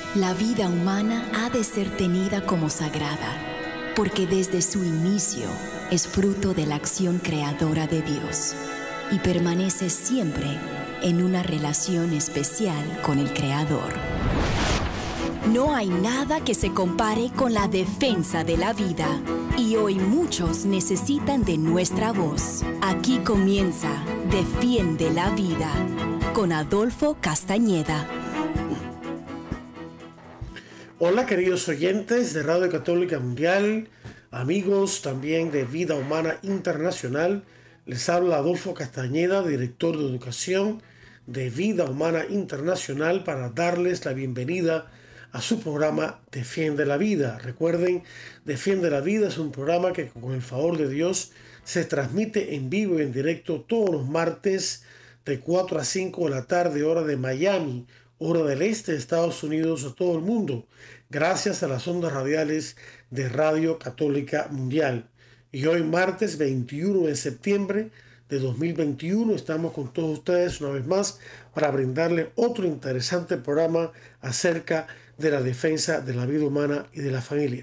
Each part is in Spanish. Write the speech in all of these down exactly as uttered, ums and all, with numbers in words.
La vida humana ha de ser tenida como sagrada, porque desde su inicio es fruto de la acción creadora de Dios y permanece siempre en una relación especial con el Creador. No hay nada que se compare con la defensa de la vida, y hoy muchos necesitan de nuestra voz. Aquí comienza Defiende la Vida con Adolfo Castañeda. Hola queridos oyentes de Radio Católica Mundial, amigos también de Vida Humana Internacional. Les habla Adolfo Castañeda, director de Educación de Vida Humana Internacional, para darles la bienvenida a su programa Defiende la Vida. Recuerden, Defiende la Vida es un programa que con el favor de Dios se transmite en vivo y en directo todos los martes de cuatro a cinco de la tarde, hora de Miami, hora del este de Estados Unidos, a todo el mundo, gracias a las ondas radiales de Radio Católica Mundial. Y hoy martes veintiuno de septiembre de dos mil veintiuno estamos con todos ustedes una vez más para brindarles otro interesante programa acerca de la defensa de la vida humana y de la familia.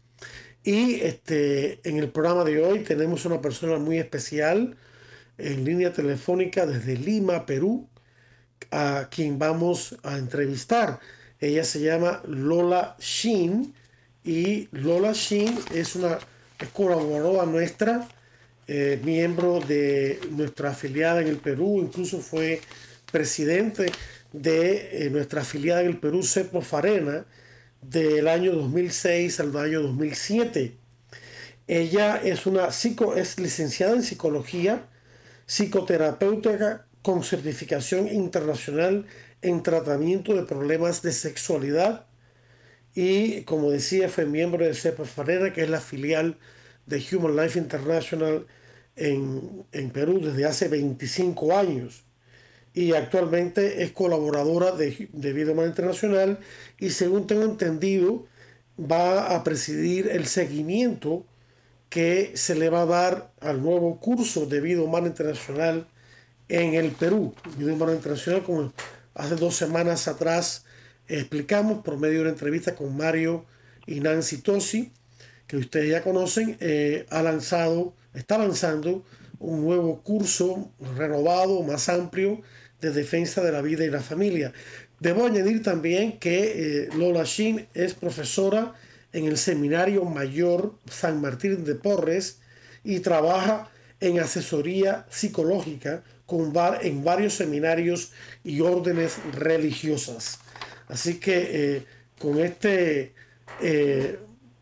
Y este, en el programa de hoy tenemos una persona muy especial en línea telefónica desde Lima, Perú, a quien vamos a entrevistar. Ella se llama Lola Shin, y Lola Shin es una es colaboradora nuestra, eh, miembro de nuestra afiliada en el Perú, incluso fue presidente de eh, nuestra afiliada en el Perú, Cepro Farena, del año dos mil seis al año dos mil siete. Ella es una psico, es licenciada en psicología, psicoterapeuta con certificación internacional en tratamiento de problemas de sexualidad, y como decía fue miembro de Cepro Farena, que es la filial de Human Life International en, en Perú desde hace veinticinco años, y actualmente es colaboradora de, de Vida Humana Internacional, y según tengo entendido va a presidir el seguimiento que se le va a dar al nuevo curso de Vida Humana Internacional en el Perú. Vida Humana Internacional, como hace dos semanas atrás explicamos por medio de una entrevista con Mario y Nancy Tosi, que ustedes ya conocen, eh, ha lanzado, está lanzando un nuevo curso renovado, más amplio, de defensa de la vida y la familia. Debo añadir también que eh, Lola Shin es profesora en el Seminario Mayor San Martín de Porres y trabaja en asesoría psicológica con var en varios seminarios y órdenes religiosas. Así que eh, con este eh,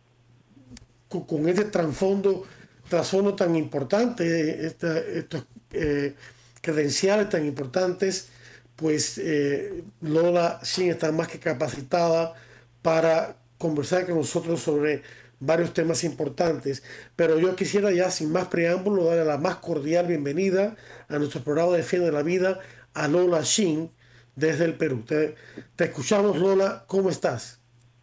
con, con este trasfondo trasfondo tan importante, esta, estos eh, credenciales tan importantes, pues eh, Lola Shin está más que capacitada para conversar con nosotros sobre varios temas importantes. Pero yo quisiera, ya sin más preámbulo, darle la más cordial bienvenida a nuestro programa Defiende la Vida a Lola Shin desde el Perú. Te, te escuchamos, Lola. ¿Cómo estás?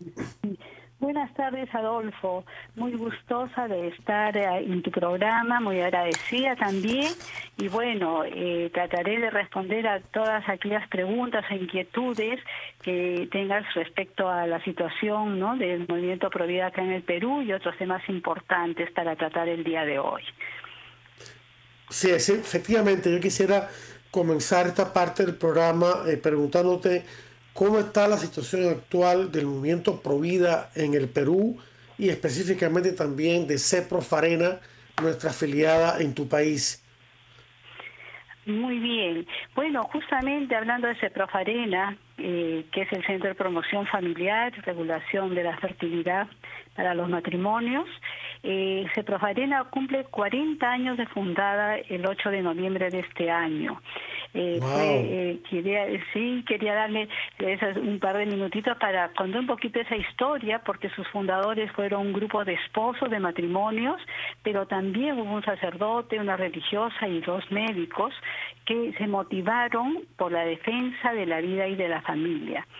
Buenas tardes, Adolfo. Muy gustosa de estar en tu programa, muy agradecida también. Y bueno, eh, trataré de responder a todas aquellas preguntas e inquietudes que tengas respecto a la situación, ¿no?, del movimiento Pro Vida acá en el Perú y otros temas importantes para tratar el día de hoy. Sí, sí, efectivamente, yo quisiera comenzar esta parte del programa eh, preguntándote cómo está la situación actual del movimiento Pro Vida en el Perú, y específicamente también de Cepro Farena, nuestra afiliada en tu país. Muy bien. Bueno, justamente hablando de Cepro Farena, eh, que es el Centro de Promoción Familiar y Regulación de la Fertilidad para los Matrimonios, eh, Cepro Farena cumple cuarenta años de fundada el ocho de noviembre de este año. Eh, wow. fue, eh, quería, sí, quería darle esas, un par de minutitos para contar un poquito esa historia, porque sus fundadores fueron un grupo de esposos de matrimonios, pero también hubo un sacerdote, una religiosa y dos médicos que se motivaron por la defensa de la vida y de la familia.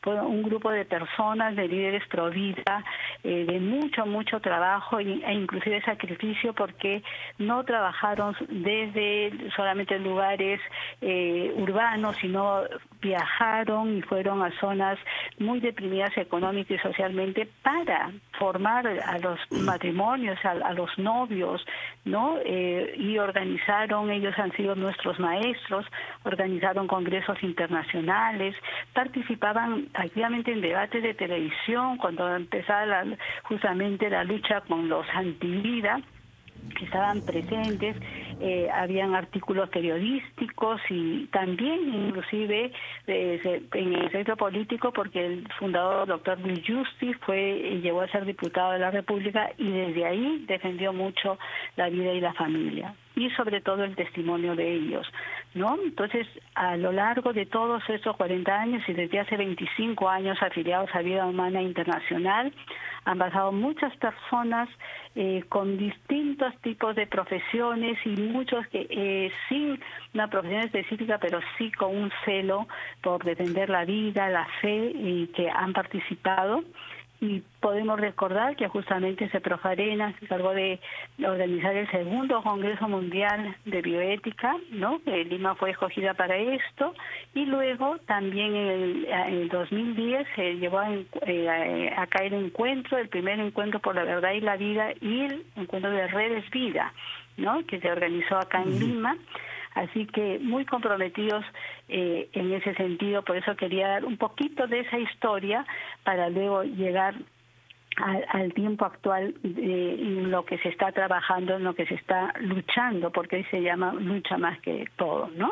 fue un grupo de personas, de líderes pro vida, eh, de mucho, mucho trabajo e inclusive sacrificio, porque no trabajaron desde solamente lugares eh, urbanos, sino viajaron y fueron a zonas muy deprimidas económica y socialmente para formar a los matrimonios, a, a los novios, ¿no? Eh, y organizaron, ellos han sido nuestros maestros, organizaron congresos internacionales, participaban activamente en debates de televisión cuando empezaba la, justamente la lucha con los antivida, que estaban presentes, eh, habían artículos periodísticos y también inclusive eh, en el centro político, porque el fundador, doctor Luis Justi, fue, llegó a ser diputado de la República y desde ahí defendió mucho la vida y la familia y sobre todo el testimonio de ellos, ¿no? Entonces, a lo largo de todos estos cuarenta años y desde hace veinticinco años afiliados a Vida Humana Internacional, han pasado muchas personas eh, con distintos tipos de profesiones y muchos que eh, sin una profesión específica, pero sí con un celo por defender la vida, la fe, y que han participado. Y podemos recordar que justamente CEPROF Arena se encargó de organizar el segundo Congreso Mundial de Bioética, ¿no? Eh, Lima fue escogida para esto, y luego también en el, en el dos mil diez se eh, llevó a, eh, a caer el encuentro, el primer encuentro por la verdad y la vida, y el encuentro de Redes Vida, ¿no? Que se organizó acá en Lima. Así que muy comprometidos eh, en ese sentido, por eso quería dar un poquito de esa historia para luego llegar al, al tiempo actual eh, en lo que se está trabajando, en lo que se está luchando, porque hoy se llama lucha más que todo, ¿no?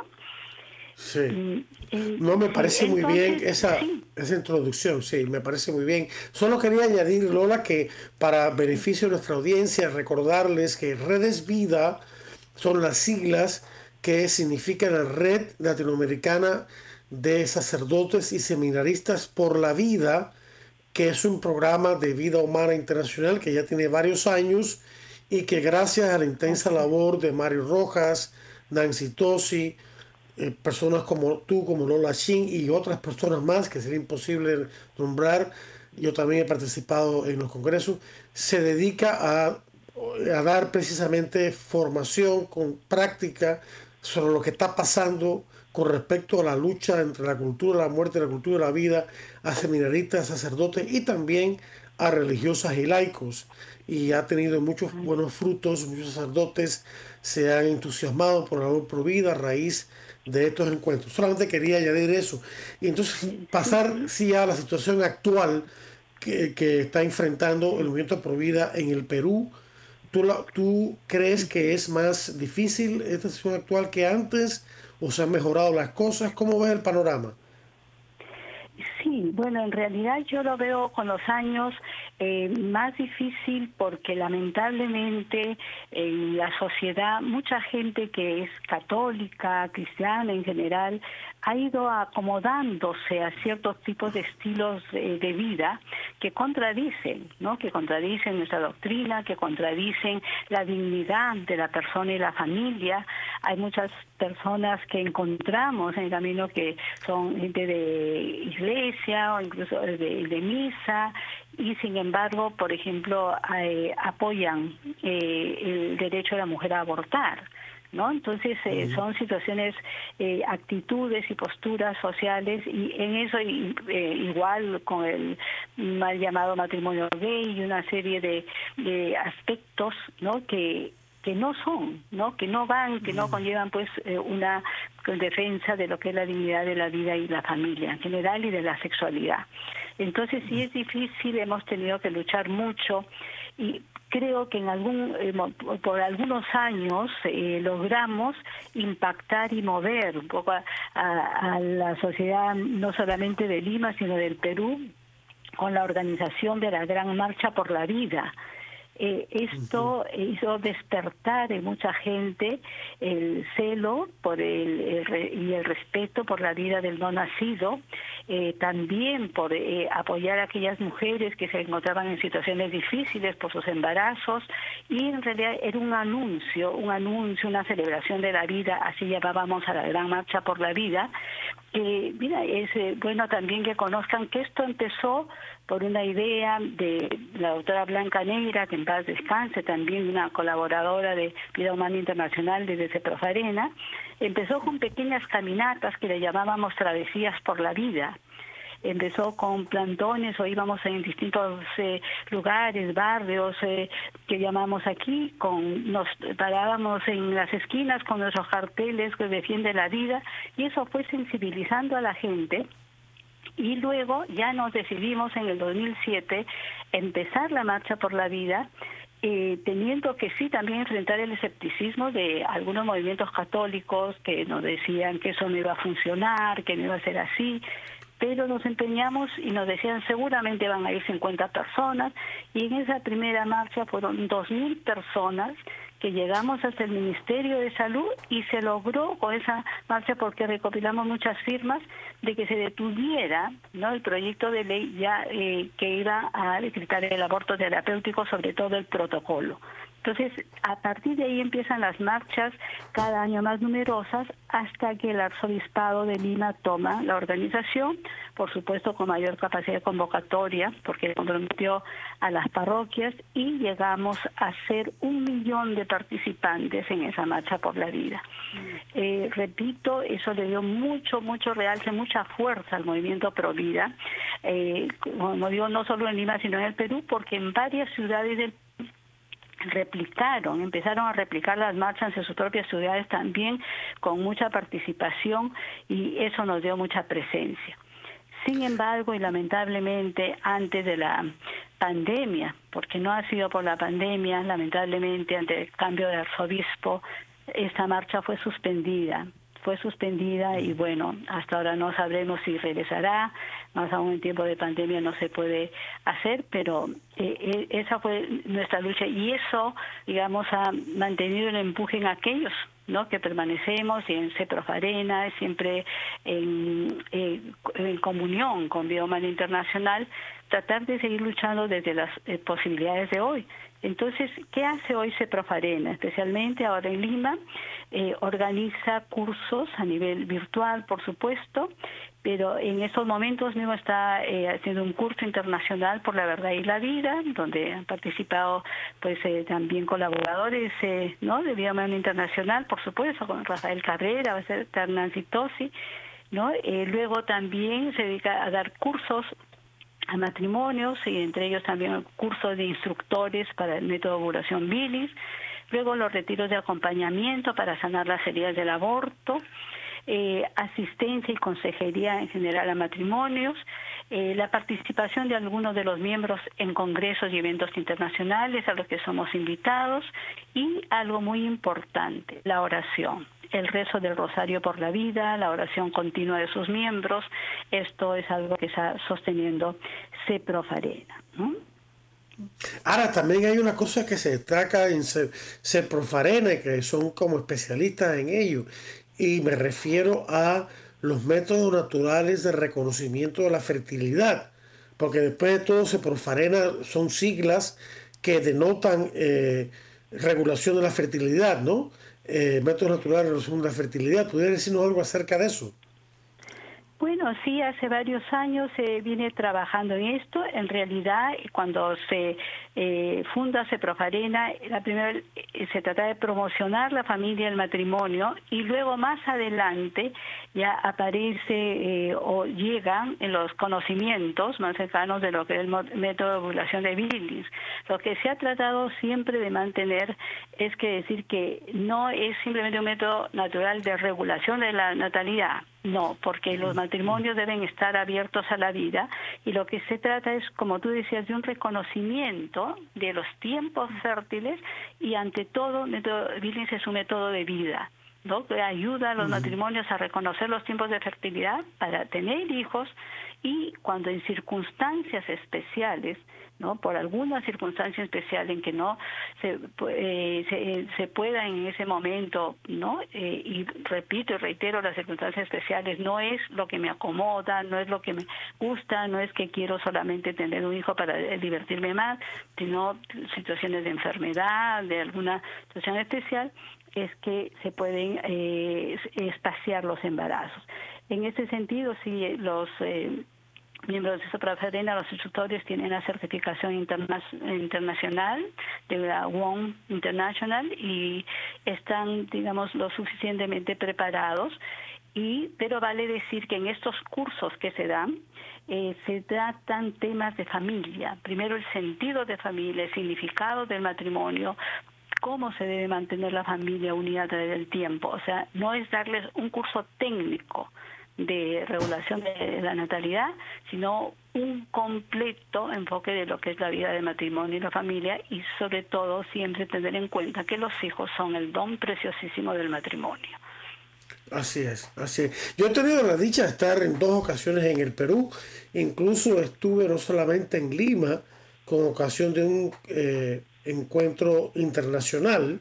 Sí. Eh, no, me parece sí, muy entonces, bien esa, sí. esa introducción, sí, me parece muy bien. Solo quería añadir, Lola, que para beneficio de nuestra audiencia, recordarles que Redes Vida son las siglas que significa la Red Latinoamericana de Sacerdotes y Seminaristas por la Vida, que es un programa de vida humana internacional que ya tiene varios años y que gracias a la intensa labor de Mario Rojas, Nancy Tosi, eh, personas como tú, como Lola Shin y otras personas más que sería imposible nombrar, yo también he participado en los congresos, se dedica a, a dar precisamente formación con práctica sobre lo que está pasando con respecto a la lucha entre la cultura de la muerte y la cultura de la vida, a seminaristas, sacerdotes y también a religiosas y laicos. Y ha tenido muchos buenos frutos, muchos sacerdotes se han entusiasmado por la labor pro vida a raíz de estos encuentros. Solamente quería añadir eso. Y entonces pasar sí a la situación actual que, que está enfrentando el movimiento pro vida en el Perú. ¿Tú, la, ¿Tú crees que es más difícil esta situación actual que antes o se han mejorado las cosas? ¿Cómo ves el panorama? Sí, bueno, en realidad yo lo veo con los años eh, más difícil porque lamentablemente en la sociedad mucha gente que es católica, cristiana en general, ha ido acomodándose a ciertos tipos de estilos de, de vida que contradicen, ¿no? Que contradicen nuestra doctrina, que contradicen la dignidad de la persona y la familia. Hay muchas personas que encontramos en el camino que son gente de iglesia o incluso de, de misa, y sin embargo, por ejemplo, eh, apoyan eh, el derecho de la mujer a abortar, ¿no? Entonces eh, son situaciones, eh, actitudes y posturas sociales, y en eso eh, igual con el mal llamado matrimonio gay y una serie de, de aspectos, ¿no? que que no son, ¿no? Que no van, que no conllevan pues eh, una defensa de lo que es la dignidad de la vida y la familia en general y de la sexualidad. Entonces sí es difícil, hemos tenido que luchar mucho, y creo que en algún eh, por algunos años eh, logramos impactar y mover un poco a, a, a la sociedad, no solamente de Lima, sino del Perú, con la organización de la Gran Marcha por la Vida. Eh, esto uh-huh. hizo despertar en mucha gente el celo por el, el y el respeto por la vida del no nacido, eh, también por eh, apoyar a aquellas mujeres que se encontraban en situaciones difíciles por sus embarazos, y en realidad era un anuncio, un anuncio, una celebración de la vida, así llamábamos a la Gran Marcha por la Vida, Eh, mira, es eh, bueno también que conozcan que esto empezó por una idea de la doctora Blanca Neira, que en paz descanse, también una colaboradora de Vida Humana Internacional desde Ceprofarena. Empezó con pequeñas caminatas que le llamábamos travesías por la vida. Empezó con plantones o íbamos en distintos eh, lugares, barrios eh, que llamamos aquí, con nos parábamos en las esquinas con nuestros carteles que defiende la vida, y eso fue sensibilizando a la gente. Y luego ya nos decidimos en el dos mil siete empezar la Marcha por la Vida, eh, teniendo que sí también enfrentar el escepticismo de algunos movimientos católicos que nos decían que eso no iba a funcionar, que no iba a ser así. Pero nos empeñamos y nos decían seguramente van a ir cincuenta personas, y en esa primera marcha fueron dos mil personas que llegamos hasta el Ministerio de Salud, y se logró con esa marcha, porque recopilamos muchas firmas, de que se detuviera, ¿no?, el proyecto de ley ya eh, que iba a decretar el aborto terapéutico, sobre todo el protocolo. Entonces, a partir de ahí empiezan las marchas cada año más numerosas, hasta que el Arzobispado de Lima toma la organización, por supuesto con mayor capacidad de convocatoria, porque comprometió a las parroquias, y llegamos a ser un millón de participantes en esa Marcha por la Vida. Mm. Eh, repito, eso le dio mucho, mucho realce, mucha fuerza al movimiento Pro Vida, eh, como digo, no solo en Lima, sino en el Perú, porque en varias ciudades del replicaron, empezaron a replicar las marchas en sus propias ciudades también, con mucha participación, y eso nos dio mucha presencia. Sin embargo, y lamentablemente, antes de la pandemia, porque no ha sido por la pandemia, lamentablemente, ante el cambio de arzobispo, esta marcha fue suspendida. Fue suspendida y bueno, hasta ahora no sabremos si regresará, más aún en tiempo de pandemia no se puede hacer, pero eh, esa fue nuestra lucha, y eso, digamos, ha mantenido el empuje en aquellos, ¿no?, que permanecemos, y en Ceprofarena, siempre en, en, en comunión con Vida Humana Internacional, tratar de seguir luchando desde las eh, posibilidades de hoy. Entonces, ¿qué hace hoy Ceprofarena? Especialmente ahora en Lima, eh, organiza cursos a nivel virtual, por supuesto, pero en estos momentos mismo está eh, haciendo un curso internacional por la verdad y la vida, donde han participado pues eh, también colaboradores eh, ¿no?, de Vida Humana Internacional, por supuesto, con Rafael Cabrera, va a ser Nancy Tosi, ¿no? Eh, luego también se dedica a dar cursos a matrimonios, y entre ellos también cursos de instructores para el método de ovulación bilis, luego los retiros de acompañamiento para sanar las heridas del aborto, eh, asistencia y consejería en general a matrimonios, eh, la participación de algunos de los miembros en congresos y eventos internacionales a los que somos invitados, y algo muy importante, la oración. El rezo del Rosario por la Vida, la oración continua de sus miembros. Esto es algo que está sosteniendo Ceprofarena, ¿no? Ahora, también hay una cosa que se destaca en Ceprofarena, que son como especialistas en ello, y me refiero a los métodos naturales de reconocimiento de la fertilidad, porque después de todo Ceprofarena son siglas que denotan eh, regulación de la fertilidad, ¿no? Eh, métodos naturales de regulación de la fertilidad. ¿Pudiera decirnos algo acerca de eso? Bueno, sí, hace varios años se viene trabajando en esto. En realidad, cuando se eh, funda Ceprofarena, la primera eh, se trata de promocionar la familia y el matrimonio, y luego más adelante ya aparece eh, o llegan en los conocimientos más cercanos de lo que es el método de ovulación de bilis. Lo que se ha tratado siempre de mantener es que decir que no es simplemente un método natural de regulación de la natalidad. No, porque los matrimonios deben estar abiertos a la vida, y lo que se trata es, como tú decías, de un reconocimiento de los tiempos fértiles, y ante todo, el método Billings es un método de vida, ¿no?, que ayuda a los uh-huh. matrimonios a reconocer los tiempos de fertilidad para tener hijos, y cuando en circunstancias especiales, ¿no?, por alguna circunstancia especial en que no se, eh, se, se pueda en ese momento, ¿no? Eh, y repito y reitero, las circunstancias especiales no es lo que me acomoda, no es lo que me gusta, no es que quiero solamente tener un hijo para divertirme más, sino situaciones de enfermedad, de alguna situación especial, es que se pueden eh, espaciar los embarazos. En ese sentido, sí, los eh, miembros de Sopra Ferena, los instructores, tienen la certificación interna internacional de la W O M International y están, digamos, lo suficientemente preparados. Y, pero vale decir que en estos cursos que se dan, eh, se tratan temas de familia. Primero, el sentido de familia, el significado del matrimonio, cómo se debe mantener la familia unida a través del tiempo. O sea, no es darles un curso técnico de regulación de la natalidad, sino un completo enfoque de lo que es la vida de matrimonio y la familia, y sobre todo siempre tener en cuenta que los hijos son el don preciosísimo del matrimonio. Así es, así es. Yo he tenido la dicha de estar en dos ocasiones en el Perú, incluso estuve no solamente en Lima, con ocasión de un eh, encuentro internacional,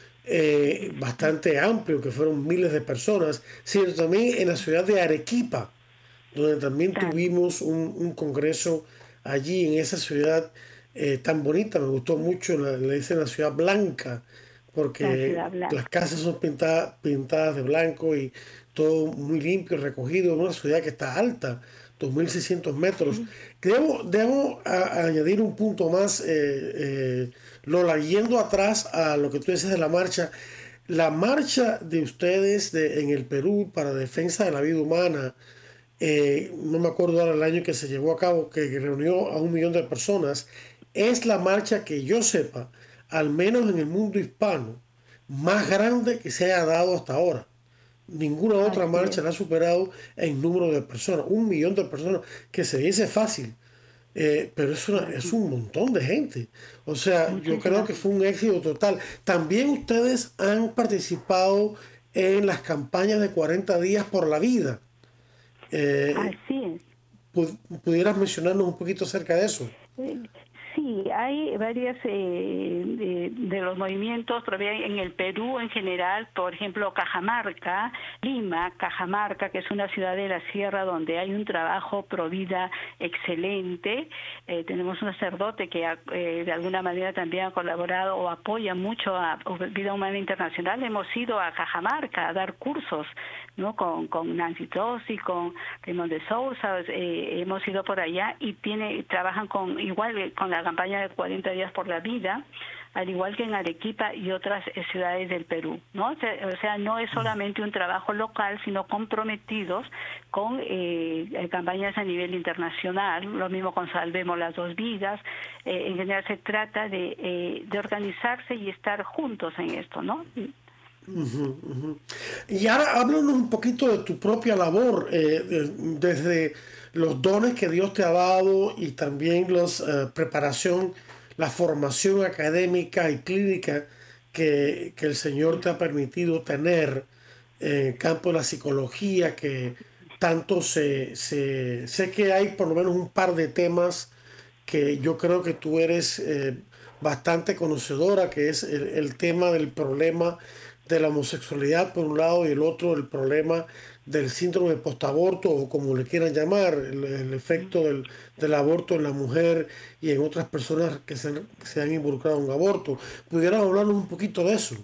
Eh, bastante amplio, que fueron miles de personas, sino también en la ciudad de Arequipa, donde también tuvimos un, un congreso allí en esa ciudad eh, tan bonita. Me gustó mucho, la, le dicen la ciudad blanca, porque las casas son pintadas, pintadas de blanco y todo muy limpio, recogido. Una ciudad que está alta, dos mil seiscientos metros. Mm. Debo, debo a, a añadir un punto más, eh, eh, Lola, yendo atrás a lo que tú dices de la marcha. La marcha de ustedes de, en el Perú para defensa de la vida humana, eh, no me acuerdo ahora el año que se llevó a cabo, que reunió a un millón de personas, es la marcha que yo sepa, al menos en el mundo hispano, más grande que se haya dado hasta ahora. Ninguna otra marcha la ha superado en número de personas. Un millón de personas, que se dice fácil, eh, pero es, una, es un montón de gente. O sea, yo creo que fue un éxito total. También ustedes han participado en las campañas de cuarenta días por la vida. Eh, Así es. ¿Pudieras mencionarnos un poquito acerca de eso? Sí, hay varias eh, de, de los movimientos, pero en el Perú en general, por ejemplo, Cajamarca, Lima, Cajamarca, que es una ciudad de la sierra donde hay un trabajo pro vida excelente. Eh, tenemos un sacerdote que eh, de alguna manera también ha colaborado o apoya mucho a Vida Humana Internacional. Hemos ido a Cajamarca a dar cursos, ¿no? Con, con Nancy Tossi, con Raymond de Sousa, eh, hemos ido por allá y tiene trabajan con igual con la campaña de cuarenta días por la vida, al igual que en Arequipa y otras eh, ciudades del Perú, ¿no? O sea, o sea, no es solamente un trabajo local, sino comprometidos con eh, campañas a nivel internacional, lo mismo con Salvemos las Dos Vidas. Eh, en general se trata de, eh, de organizarse y estar juntos en esto, ¿no? Uh-huh, uh-huh. Y ahora háblanos un poquito de tu propia labor, eh, de, desde los dones que Dios te ha dado y también la uh, preparación, la formación académica y clínica que, que el Señor te ha permitido tener en el campo de la psicología, que tanto se, se sé que hay por lo menos un par de temas que yo creo que tú eres eh, bastante conocedora, que es el, el tema del problema de la homosexualidad por un lado y el otro el problema del síndrome postaborto, o como le quieran llamar, el, el efecto del, del aborto en la mujer y en otras personas que se, que se han involucrado en un aborto. ¿Pudieras hablarnos un poquito de eso?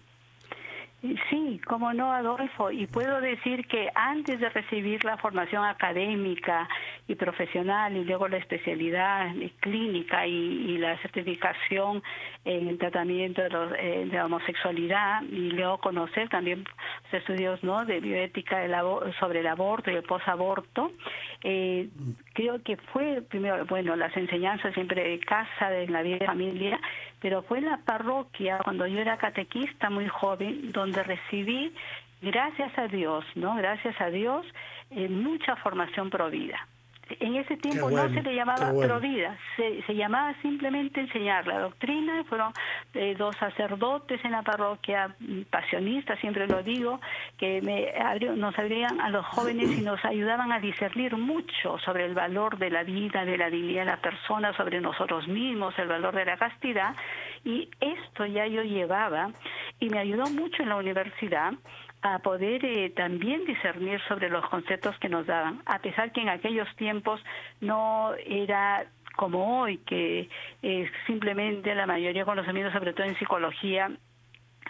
Sí, cómo no, Adolfo, y puedo decir que antes de recibir la formación académica y profesional y luego la especialidad clínica y, y la certificación en el tratamiento de, los, eh, de la homosexualidad, y luego conocer también los estudios, ¿no?, de bioética del sobre el aborto y el posaborto, eh, creo que fue primero, bueno, las enseñanzas siempre de casa, de la vida de familia, pero fue en la parroquia, cuando yo era catequista muy joven, donde recibí, gracias a Dios, ¿no? Gracias a Dios, eh, mucha formación pro vida. En ese tiempo bueno, no se le llamaba bueno. pro vida, se, se llamaba simplemente enseñar la doctrina. Fueron eh, dos sacerdotes en la parroquia, pasionistas, siempre lo digo, que me abrió, nos abrían a los jóvenes y nos ayudaban a discernir mucho sobre el valor de la vida, de la dignidad de la persona, sobre nosotros mismos, el valor de la castidad. Y esto ya yo llevaba y me ayudó mucho en la universidad a poder eh, también discernir sobre los conceptos que nos daban, a pesar que en aquellos tiempos no era como hoy, que eh, simplemente la mayoría de conocimientos, sobre todo en psicología,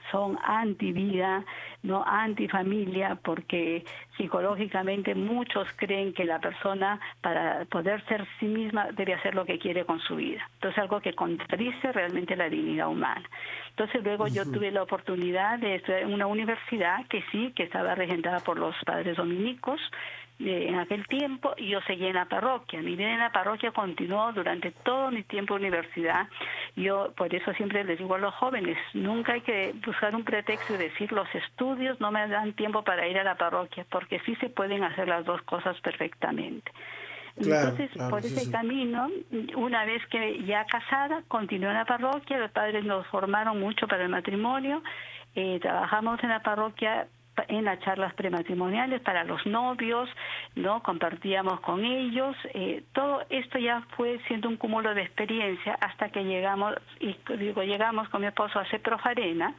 son anti-vida, no anti-familia, porque psicológicamente muchos creen que la persona para poder ser sí misma debe hacer lo que quiere con su vida. Entonces algo que contradice realmente la dignidad humana. Entonces luego uh-huh. yo tuve la oportunidad de estudiar en una universidad que sí, que estaba regentada por los padres dominicos, en aquel tiempo, y yo seguí en la parroquia. Mi vida en la parroquia continuó durante todo mi tiempo de universidad. Yo por eso siempre les digo a los jóvenes, nunca hay que buscar un pretexto y decir los estudios no me dan tiempo para ir a la parroquia, porque sí se pueden hacer las dos cosas perfectamente. Claro, Entonces, claro, por sí, ese sí. camino, una vez que ya casada, continué en la parroquia. Los padres nos formaron mucho para el matrimonio. Eh, trabajamos en la parroquia en las charlas prematrimoniales para los novios, ¿no? Compartíamos con ellos. Eh, todo esto ya fue siendo un cúmulo de experiencia hasta que llegamos, y digo, llegamos con mi esposo a Ceprofarena,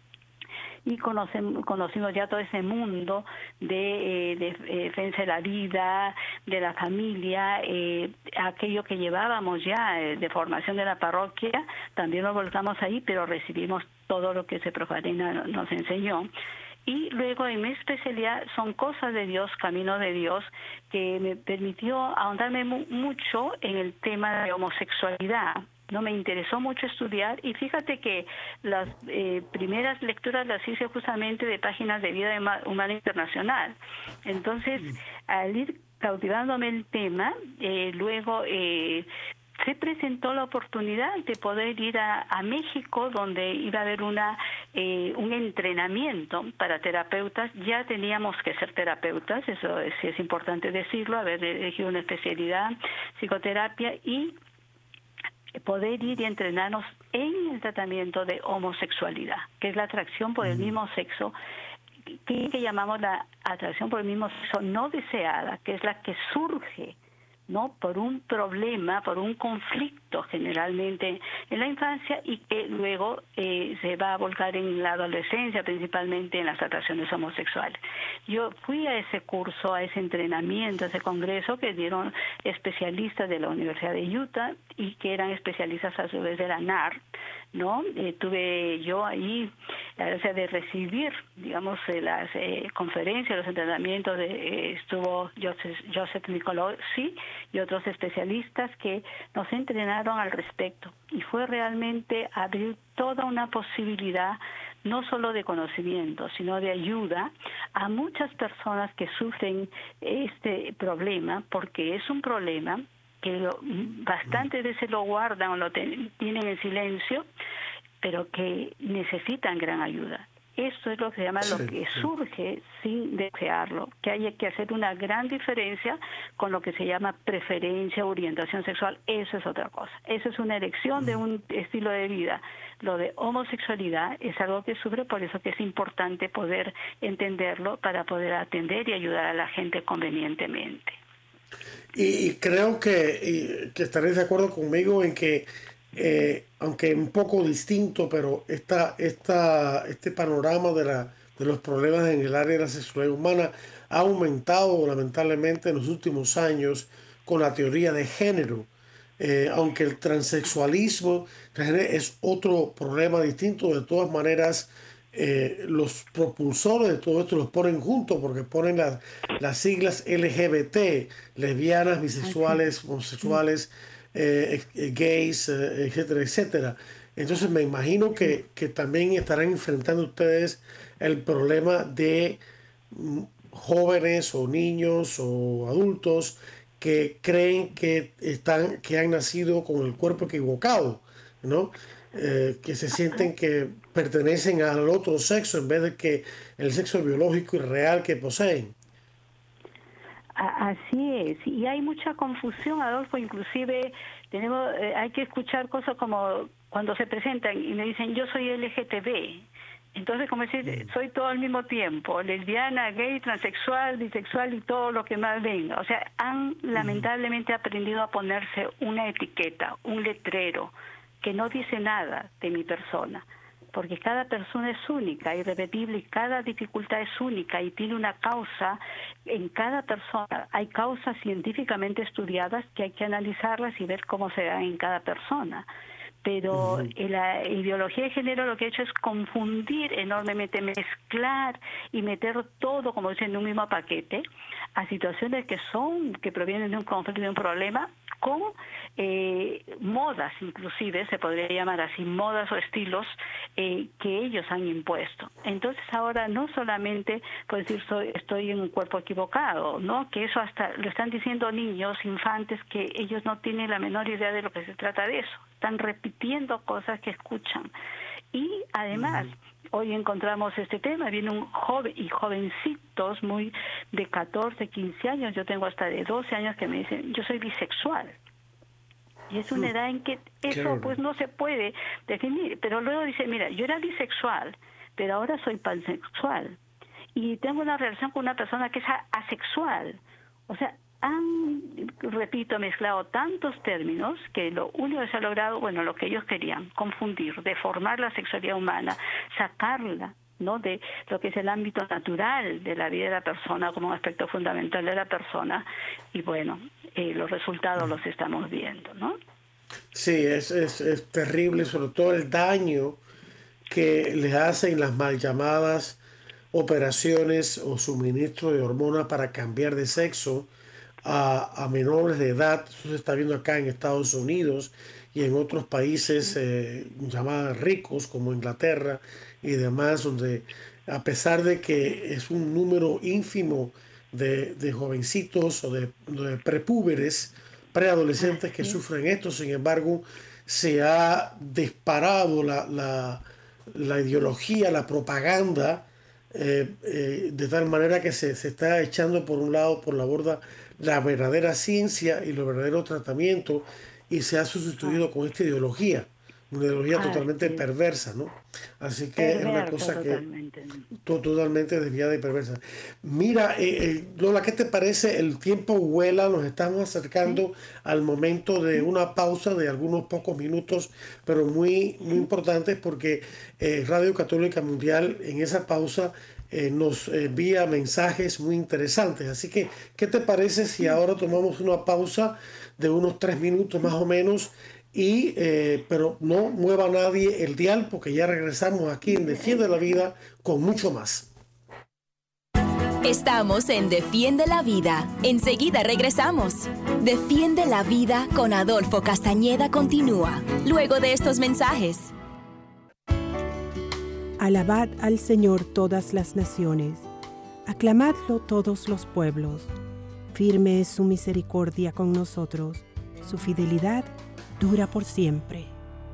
y conocemos, conocimos ya todo ese mundo de, eh, de eh, defensa de la vida, de la familia, eh, aquello que llevábamos ya eh, de formación de la parroquia, también lo volcamos ahí, pero recibimos todo lo que Ceprofarena nos enseñó. Y luego en mi especialidad son cosas de Dios, camino de Dios, que me permitió ahondarme mu- mucho en el tema de homosexualidad. No me interesó mucho estudiar, y fíjate que las eh, primeras lecturas las hice justamente de páginas de Vida Humana Internacional. Entonces, al ir cautivándome el tema, eh, luego eh, se presentó la oportunidad de poder ir a, a México, donde iba a haber una eh, un entrenamiento para terapeutas. Ya teníamos que ser terapeutas, eso es, sí es importante decirlo, haber elegido una especialidad, psicoterapia, y poder ir y entrenarnos en el tratamiento de homosexualidad, que es la atracción por el mismo sexo, que, que llamamos la atracción por el mismo sexo no deseada, que es la que surge, ¿no?, por un problema, por un conflicto generalmente en la infancia, y que luego eh, se va a volcar en la adolescencia, principalmente en las atracciones homosexuales. Yo fui a ese curso, a ese entrenamiento, a ese congreso que dieron especialistas de la Universidad de Utah y que eran especialistas a su vez de la N A R, ¿no? Eh, tuve yo ahí la gracia de recibir, digamos, eh, las eh, conferencias, los entrenamientos, de, eh, estuvo Joseph, Joseph Nicolosi y otros especialistas que nos entrenaron al respecto, y fue realmente abrir toda una posibilidad, no solo de conocimiento, sino de ayuda a muchas personas que sufren este problema, porque es un problema que lo, bastantes veces lo guardan o lo ten, tienen en silencio, pero que necesitan gran ayuda. Esto es lo que se llama sí, lo que sí. surge sin desearlo, que hay que hacer una gran diferencia con lo que se llama preferencia, orientación sexual. Eso es otra cosa. Eso es una elección de un estilo de vida. Lo de homosexualidad es algo que sufre, por eso que es importante poder entenderlo para poder atender y ayudar a la gente convenientemente. Y, y creo que, y, que estaréis de acuerdo conmigo en que, eh, aunque un poco distinto, pero esta, esta, este panorama de, la, de los problemas en el área de la sexualidad humana ha aumentado lamentablemente en los últimos años con la teoría de género. Eh, aunque el transexualismo es otro problema distinto, de todas maneras eh, los propulsores de todo esto los ponen juntos, porque ponen las, las siglas L G B T, lesbianas, bisexuales, homosexuales, eh, gays, eh, etcétera, etcétera. Entonces me imagino que, que también estarán enfrentando ustedes el problema de mm, jóvenes o niños o adultos que creen que están, que han nacido con el cuerpo equivocado, ¿no? Eh, que se sienten que pertenecen al otro sexo en vez de que el sexo biológico y real que poseen. Así es, y hay mucha confusión, Adolfo. Inclusive tenemos, eh, hay que escuchar cosas como cuando se presentan y me dicen yo soy L G T B. Entonces, como decir, soy todo al mismo tiempo, lesbiana, gay, transexual, bisexual y todo lo que más venga. O sea, han lamentablemente aprendido a ponerse una etiqueta, un letrero, que no dice nada de mi persona, porque cada persona es única, irrepetible, y cada dificultad es única y tiene una causa en cada persona. Hay causas científicamente estudiadas que hay que analizarlas y ver cómo se dan en cada persona. pero Uh-huh. la ideología de género lo que ha hecho es confundir enormemente, mezclar y meter todo, como dicen, en un mismo paquete, a situaciones que son, que provienen de un conflicto, de un problema, con eh, modas, inclusive, se podría llamar así, modas o estilos eh, que ellos han impuesto. Entonces ahora no solamente, por decir, soy, estoy en un cuerpo equivocado, ¿no? Que eso hasta lo están diciendo niños, infantes, que ellos no tienen la menor idea de lo que se trata de eso. Están repitiendo cosas que escuchan. Y además, uh-huh. hoy encontramos este tema, viene un joven y jovencitos muy de catorce, quince años, yo tengo hasta de doce años que me dicen, yo soy bisexual. Y es una edad en que eso pues no se puede definir. Pero luego dice, mira, yo era bisexual, pero ahora soy pansexual. Y tengo una relación con una persona que es asexual. O sea, han, repito, mezclado tantos términos que lo único que se ha logrado, bueno, lo que ellos querían, confundir, deformar la sexualidad humana, sacarla, ¿no?, de lo que es el ámbito natural de la vida de la persona como un aspecto fundamental de la persona. Y bueno, eh, los resultados los estamos viendo, ¿no? Sí, es, es, es terrible, sobre todo el daño que les hacen las mal llamadas operaciones o suministro de hormonas para cambiar de sexo a, a menores de edad. Eso se está viendo acá en Estados Unidos y en otros países eh, llamados ricos como Inglaterra y demás, donde a pesar de que es un número ínfimo de, de jovencitos o de, de prepúberes, preadolescentes que sufren esto, sin embargo, se ha disparado la, la, la ideología, la propaganda, eh, eh, de tal manera que se, se está echando por un lado, por la borda, la verdadera ciencia y el verdadero tratamiento, y se ha sustituido con esta ideología, una ideología ah, totalmente sí. perversa, ¿no? Así que Perverso, es una cosa totalmente. que to, totalmente desviada y perversa. Mira, eh, eh, Lola, ¿qué te parece? El tiempo vuela, nos estamos acercando ¿Sí? al momento de una pausa de algunos pocos minutos, pero muy, muy importantes, porque eh, Radio Católica Mundial en esa pausa eh, nos envía mensajes muy interesantes. Así que, ¿qué te parece si ahora tomamos una pausa de unos tres minutos más o menos? Y, eh, pero no mueva a nadie el dial, porque ya regresamos aquí en Defiende la Vida con mucho más. Estamos en Defiende la Vida. Enseguida regresamos. Defiende la Vida con Adolfo Castañeda continúa, luego de estos mensajes. Alabad al Señor todas las naciones. Aclamadlo todos los pueblos. Firme es su misericordia con nosotros. Su fidelidad dura por siempre.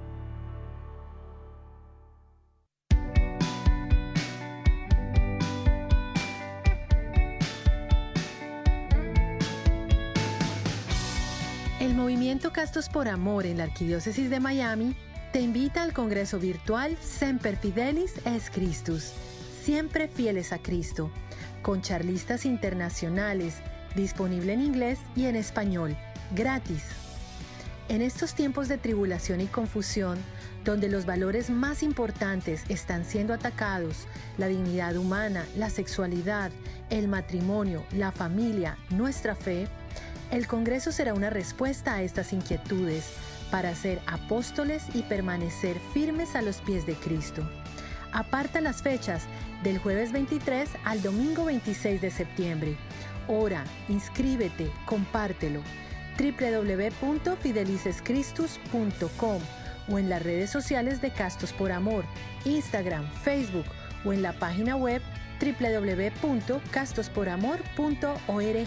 El movimiento Castos por Amor en la Arquidiócesis de Miami te invita al Congreso Virtual Semper Fidelis es Christus, siempre fieles a Cristo, con charlistas internacionales, disponible en inglés y en español, gratis. En estos tiempos de tribulación y confusión, donde los valores más importantes están siendo atacados, la dignidad humana, la sexualidad, el matrimonio, la familia, nuestra fe, el Congreso será una respuesta a estas inquietudes para ser apóstoles y permanecer firmes a los pies de Cristo. Aparta las fechas del jueves veintitrés al domingo veintiséis de septiembre. Ora, inscríbete, compártelo. doble u doble u doble u punto fidelices christus punto com o en las redes sociales de Castos por Amor, Instagram, Facebook o en la página web doble u doble u doble u punto castos por amor punto org.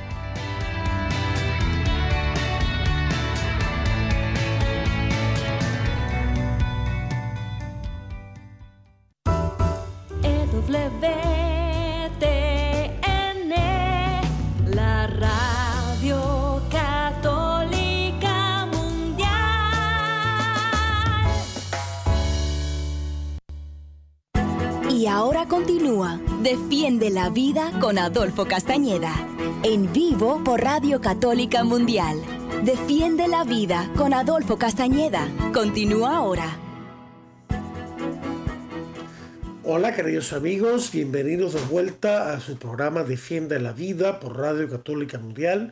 W T N, la Radio Católica Mundial. Y ahora continúa Defiende la Vida con Adolfo Castañeda, en vivo por Radio Católica Mundial. Defiende la Vida con Adolfo Castañeda. Continúa ahora. Hola queridos amigos, bienvenidos de vuelta a su programa Defiende la Vida por Radio Católica Mundial.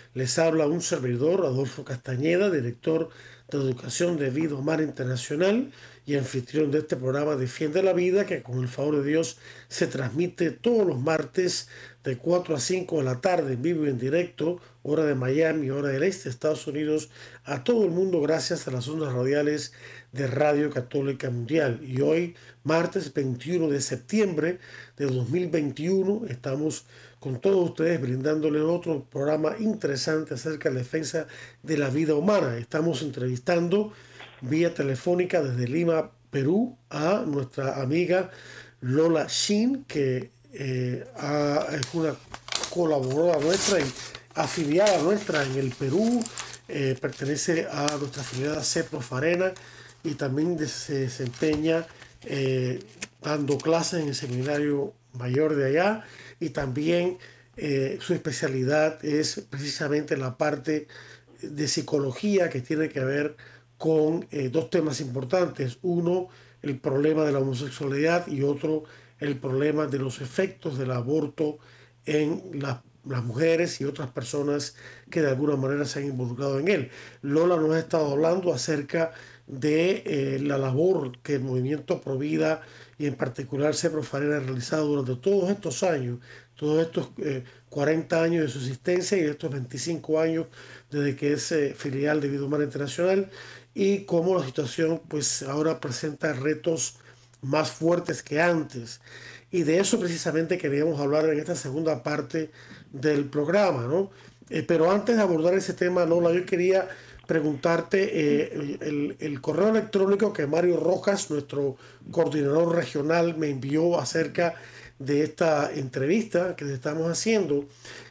Les habla un servidor, Adolfo Castañeda, director de Educación de Vida Humana Internacional y anfitrión de este programa Defiende la Vida, que con el favor de Dios se transmite todos los martes de cuatro a cinco de la tarde en vivo y en directo, hora de Miami, hora del este de Estados Unidos, a todo el mundo gracias a las ondas radiales de Radio Católica Mundial. Y hoy, martes veintiuno de septiembre de dos mil veintiuno, estamos con todos ustedes brindándoles otro programa interesante acerca de la defensa de la vida humana. Estamos entrevistando vía telefónica desde Lima, Perú, a nuestra amiga Lola Shin, que eh, ha, es una colaboradora nuestra y afiliada nuestra en el Perú, eh, pertenece a nuestra afiliada CEPROF Arena y también se desempeña eh, dando clases en el seminario mayor de allá, y también eh, su especialidad es precisamente la parte de psicología que tiene que ver con eh, dos temas importantes. Uno, el problema de la homosexualidad, y otro, el problema de los efectos del aborto en la, las mujeres y otras personas que de alguna manera se han involucrado en él. Lola nos ha estado hablando acerca de eh, la labor que el movimiento Provida y en particular CEPROF Arena ha realizado durante todos estos años, todos estos eh, cuarenta años de su existencia y estos veinticinco años desde que es eh, filial de Vida Humana Internacional, y cómo la situación pues ahora presenta retos más fuertes que antes. Y de eso precisamente queríamos hablar en esta segunda parte del programa, ¿no? Eh, pero antes de abordar ese tema, Lola, yo quería preguntarte eh, el, el correo electrónico que Mario Rojas, nuestro coordinador regional, me envió acerca de esta entrevista que estamos haciendo.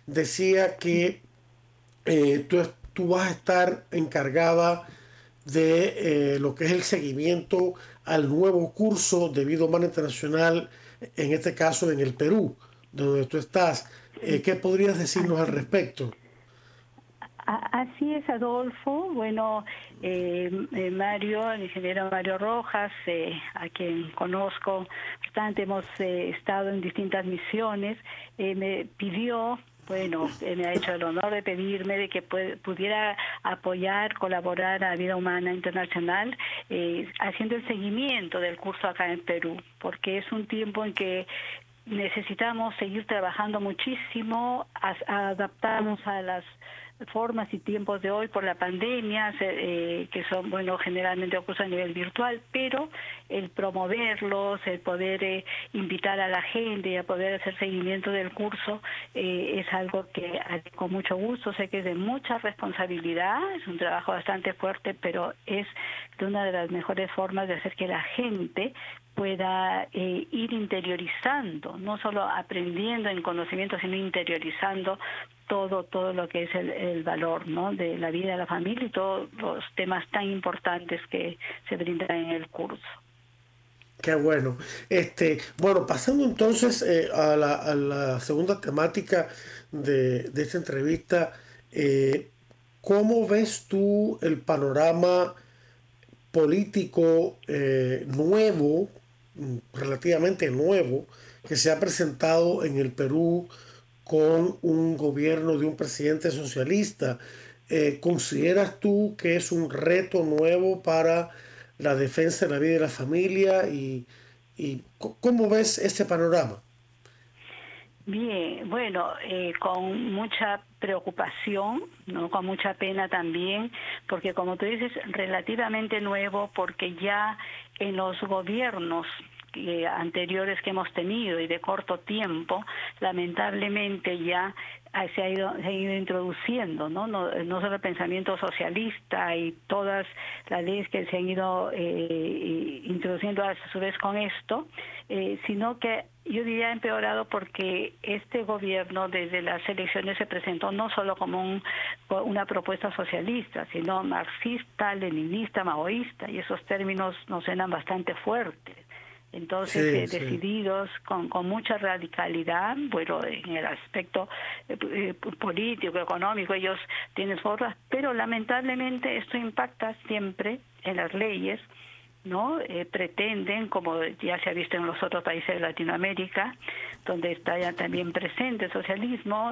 Decía que eh, tú, tú vas a estar encargada de eh, lo que es el seguimiento al nuevo curso de Vida Humana Internacional, en este caso en el Perú, donde tú estás. Eh, ¿Qué podrías decirnos al respecto? Así es, Adolfo. Bueno, eh, eh, Mario, el ingeniero Mario Rojas, eh, a quien conozco bastante, hemos eh, estado en distintas misiones, eh, me pidió, bueno, eh, me ha hecho el honor de pedirme de que pu- pudiera apoyar, colaborar a Vida Humana Internacional, eh, haciendo el seguimiento del curso acá en Perú, porque es un tiempo en que necesitamos seguir trabajando muchísimo, a, a adaptarnos a las formas y tiempos de hoy por la pandemia, eh, que son, bueno, generalmente ocurren a nivel virtual, pero el promoverlos, el poder eh, invitar a la gente y a poder hacer seguimiento del curso eh, es algo que con mucho gusto, sé que es de mucha responsabilidad, es un trabajo bastante fuerte, pero es de una de las mejores formas de hacer que la gente pueda eh, ir interiorizando, no solo aprendiendo en conocimiento, sino interiorizando todo todo lo que es el, el valor, ¿no?, de la vida de la familia y todos los temas tan importantes que se brindan en el curso. Qué bueno. Este, bueno, pasando entonces eh, a, la, a la segunda temática de, de esta entrevista, eh, ¿cómo ves tú el panorama político eh, nuevo, relativamente nuevo, que se ha presentado en el Perú con un gobierno de un presidente socialista? Eh, ¿consideras tú que es un reto nuevo para la defensa de la vida y la familia? ¿Y, y cómo ves ese panorama? Bien, bueno, eh, con mucha preocupación, ¿no?, con mucha pena también, porque como tú dices, relativamente nuevo, porque ya en los gobiernos eh, anteriores que hemos tenido y de corto tiempo, lamentablemente ya se ha ido, se ha ido introduciendo, ¿no? No, no solo el pensamiento socialista y todas las leyes que se han ido eh, introduciendo a su vez con esto, eh, sino que yo diría empeorado porque este gobierno desde las elecciones se presentó no solo como un, una propuesta socialista, sino marxista, leninista, maoísta, y esos términos nos suenan bastante fuertes. Entonces, sí, eh, sí. decididos con, con mucha radicalidad, bueno, en el aspecto eh, político, económico, ellos tienen formas, pero lamentablemente esto impacta siempre en las leyes ¿no? Eh, pretenden, como ya se ha visto en los otros países de Latinoamérica, donde está ya también presente el socialismo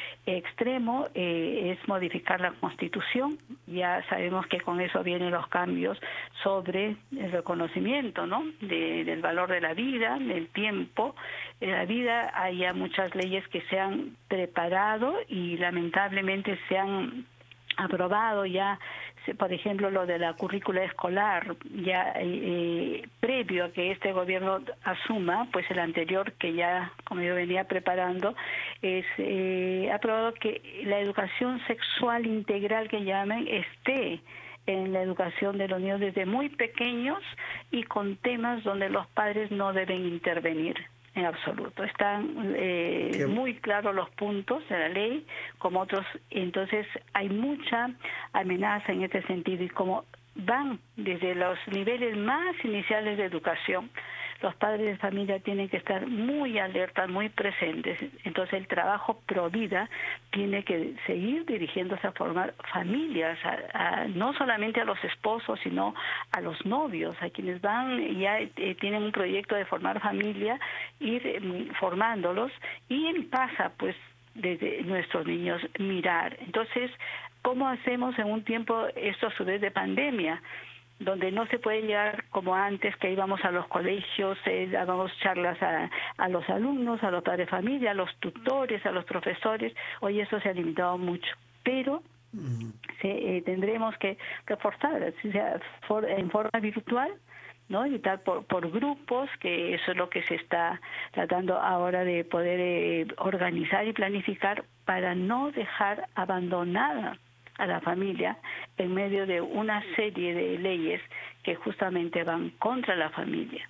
extremo, eh, es modificar la Constitución. Ya sabemos que con eso vienen los cambios sobre el reconocimiento, ¿no? De, del valor de la vida, del tiempo. En la vida hay ya muchas leyes que se han preparado y lamentablemente se han aprobado ya, por ejemplo, lo de la currícula escolar, ya eh, previo a que este gobierno asuma, pues el anterior, que ya, como yo venía preparando, es eh, aprobado que la educación sexual integral, que llamen, esté en la educación de los niños desde muy pequeños y con temas donde los padres no deben intervenir en absoluto. Están eh, muy claros los puntos de la ley, como otros. Entonces hay mucha amenaza en este sentido, y como van desde los niveles más iniciales de educación, los padres de familia tienen que estar muy alertas, muy presentes. Entonces el trabajo pro vida tiene que seguir dirigiéndose a formar familias, a, a, no solamente a los esposos, sino a los novios, a quienes van y ya eh, tienen un proyecto de formar familia, ir eh, formándolos, y en pasa pues desde nuestros niños mirar. Entonces, ¿cómo hacemos en un tiempo esto a su vez de pandemia, donde no se puede llegar como antes, que íbamos a los colegios, eh, dábamos charlas a, a los alumnos, a los padres de familia, a los tutores, a los profesores? Hoy eso se ha limitado mucho, pero uh-huh. se, eh, tendremos que reforzar, si sea for, en forma virtual, ¿no? Y tal por, por grupos, que eso es lo que se está tratando ahora de poder eh, organizar y planificar para no dejar abandonada a la familia en medio de una serie de leyes que justamente van contra la familia.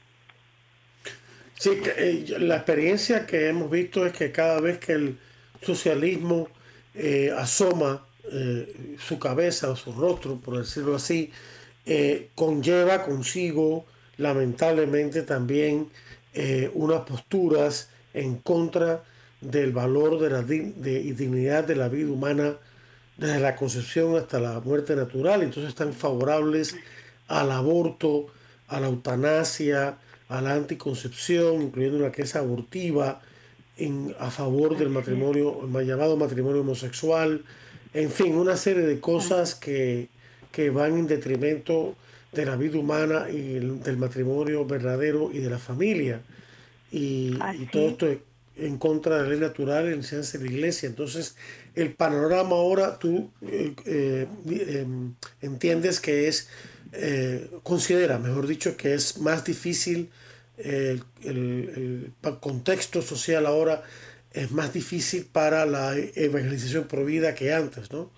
Sí, que, eh, la experiencia que hemos visto es que cada vez que el socialismo eh, asoma eh, su cabeza o su rostro, por decirlo así, eh, conlleva consigo lamentablemente también eh, unas posturas en contra del valor de la di- de, y dignidad de la vida humana desde la concepción hasta la muerte natural. Entonces están favorables al aborto, a la eutanasia, a la anticoncepción, incluyendo una crisis abortiva, en, a favor del matrimonio, el mal llamado matrimonio homosexual, en fin, una serie de cosas que, que van en detrimento de la vida humana y el, del matrimonio verdadero y de la familia. Y, y todo esto es en contra de la ley natural y la enseñanza de la iglesia. Entonces, el panorama ahora, tú eh, eh, eh, entiendes que es, eh, considera, mejor dicho, que es más difícil, eh, el, el contexto social ahora es más difícil para la evangelización pro vida que antes, ¿no?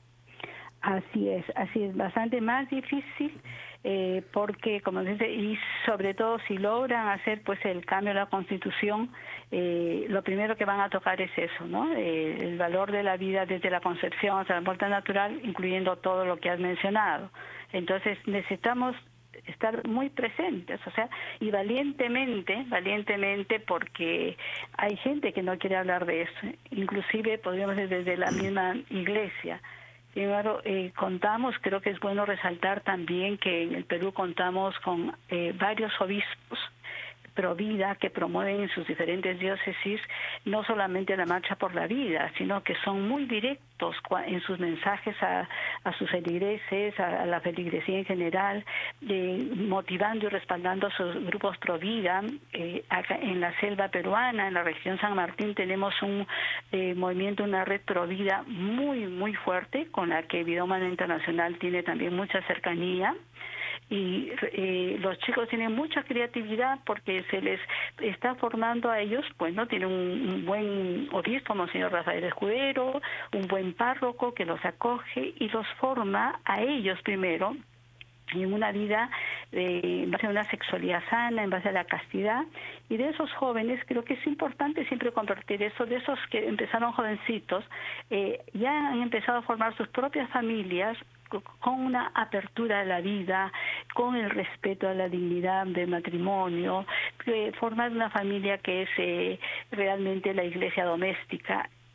Así es, así es, bastante más difícil. Eh, porque, como dice, y sobre todo si logran hacer pues el cambio de la Constitución, eh, lo primero que van a tocar es eso, ¿no? Eh, el valor de la vida desde la concepción hasta la muerte natural, incluyendo todo lo que has mencionado. Entonces necesitamos estar muy presentes, o sea, y valientemente, valientemente, porque hay gente que no quiere hablar de eso, inclusive podríamos decir desde la misma iglesia. Claro, eh, contamos, creo que es bueno resaltar también que en el Perú contamos con eh, varios obispos pro vida que promueven en sus diferentes diócesis no solamente la marcha por la vida, sino que son muy directos en sus mensajes a, a sus feligreses, a, a la feligresía en general, eh, motivando y respaldando a sus grupos pro vida. Eh, acá en la selva peruana, en la región San Martín, tenemos un eh, movimiento, una red pro vida muy, muy fuerte, con la que Vida Humana Internacional tiene también mucha cercanía. Y eh, los chicos tienen mucha creatividad porque se les está formando a ellos, pues no tienen un, un buen obispo, Monseñor Rafael Escudero, un buen párroco que los acoge y los forma a ellos primero en una vida eh, en base a una sexualidad sana, en base a la castidad. Y de esos jóvenes creo que es importante siempre compartir eso, de esos que empezaron jovencitos, eh, ya han empezado a formar sus propias familias con una apertura a la vida, con el respeto a la dignidad del matrimonio, eh, formar una familia que es eh, realmente la iglesia doméstica.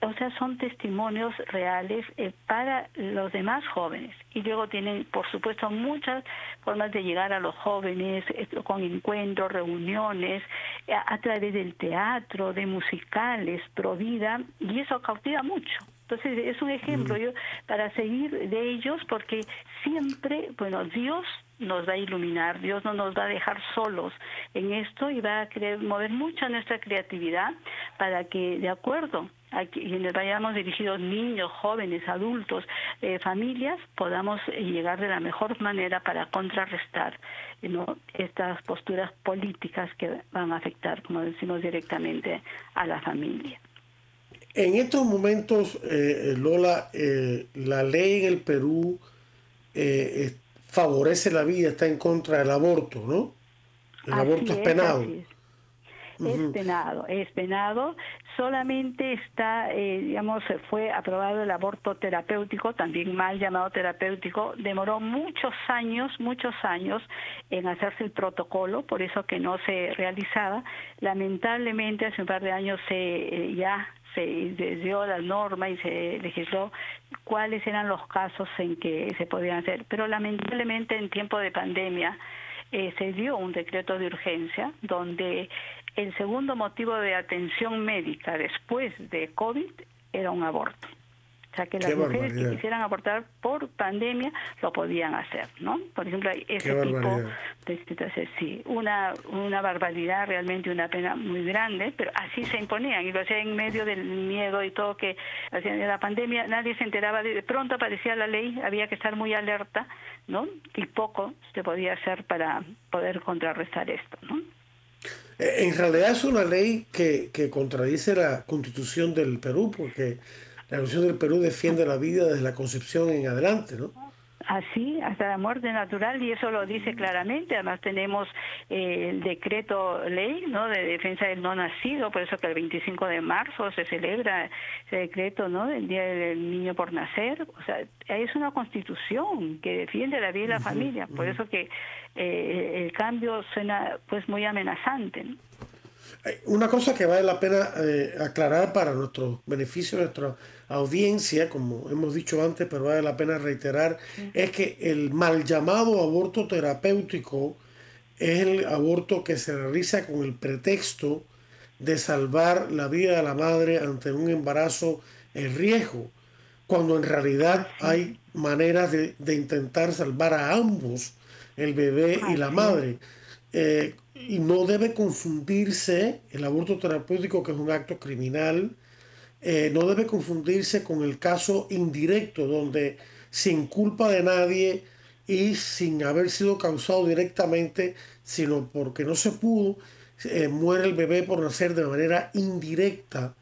o sea, son testimonios reales eh, para los demás jóvenes. Y luego tienen, por supuesto, muchas formas de llegar a los jóvenes, eh, con encuentros, reuniones, eh, a través del teatro, de musicales, pro vida, y eso cautiva mucho. Entonces, es un ejemplo yo para seguir de ellos, porque siempre, bueno, Dios nos va a iluminar, Dios no nos va a dejar solos en esto y va a querer mover mucho nuestra creatividad para que, de acuerdo a quienes vayamos dirigidos, niños, jóvenes, adultos, eh, familias, podamos llegar de la mejor manera para contrarrestar, ¿no?, estas posturas políticas que van a afectar, como decimos, directamente a la familia. En estos momentos, eh, Lola, eh, la ley en el Perú eh, eh, favorece la vida, está en contra del aborto, ¿no? El Así aborto es, es penado. Así es. Es penado, es penado. Solamente está, eh, digamos, fue aprobado el aborto terapéutico, también mal llamado terapéutico. Demoró muchos años, muchos años en hacerse el protocolo, por eso que no se realizaba. Lamentablemente, hace un par de años se eh, ya se dio la norma y se legisló cuáles eran los casos en que se podían hacer. Pero lamentablemente, en tiempo de pandemia, eh, se dio un decreto de urgencia donde el segundo motivo de atención médica después de COVID era un aborto. O sea, que las mujeres que quisieran abortar por pandemia lo podían hacer, ¿no? Por ejemplo, ese tipo de situaciones, sí, una, una barbaridad, realmente una pena muy grande, pero así se imponían, y lo hacían en medio del miedo y todo que hacían de la pandemia, nadie se enteraba, de, de pronto aparecía la ley, había que estar muy alerta, ¿no? Y poco se podía hacer para poder contrarrestar esto, ¿no? En realidad es una ley que, que contradice la Constitución del Perú, porque la Constitución del Perú defiende la vida desde la concepción en adelante, ¿no? Así, hasta la muerte natural, y eso lo dice claramente. Además tenemos eh, el decreto ley, ¿no?, de defensa del no nacido, por eso que el veinticinco de marzo se celebra ese decreto, ¿no?, el Día del Niño por Nacer. O sea, es una constitución que defiende la vida y la uh-huh, familia, por uh-huh. eso que eh, el cambio suena pues muy amenazante, ¿no? Una cosa que vale la pena eh, aclarar para nuestro beneficio, nuestra audiencia, como hemos dicho antes, pero vale la pena reiterar, sí. es que el mal llamado aborto terapéutico es el aborto que se realiza con el pretexto de salvar la vida de la madre ante un embarazo en riesgo, cuando en realidad sí. hay maneras de, de intentar salvar a ambos, el bebé ah, y la sí. madre. Eh, y no debe confundirse el aborto terapéutico, que es un acto criminal, eh, no debe confundirse con el caso indirecto, donde sin culpa de nadie y sin haber sido causado directamente, sino porque no se pudo, eh, muere el bebé por nacer de manera indirecta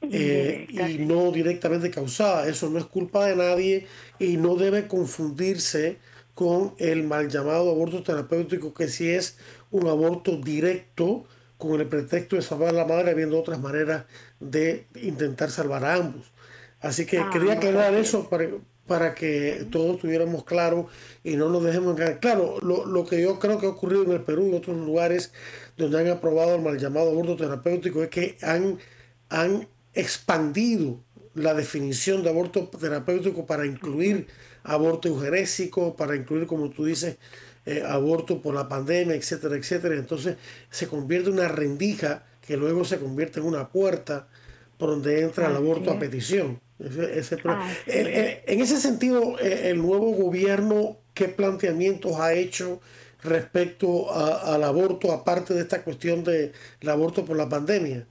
eh, y no directamente causada. Eso no es culpa de nadie y no debe confundirse con el mal llamado aborto terapéutico, que sí es un aborto directo con el pretexto de salvar a la madre, habiendo otras maneras de intentar salvar a ambos. Así que ah, quería aclarar no, eso para, para que todos tuviéramos claro y no nos dejemos engañar. Claro, lo, lo que yo creo que ha ocurrido en el Perú y en otros lugares donde han aprobado el mal llamado aborto terapéutico es que han, han expandido la definición de aborto terapéutico para incluir aborto eugenésico, para incluir, como tú dices, eh, aborto por la pandemia, etcétera, etcétera. Entonces se convierte en una rendija que luego se convierte en una puerta por donde entra ah, el aborto sí. a petición. Ese, ese, ah, sí. el, el, en ese sentido, el nuevo gobierno, ¿qué planteamientos ha hecho respecto a, al aborto, aparte de esta cuestión del aborto por la pandemia?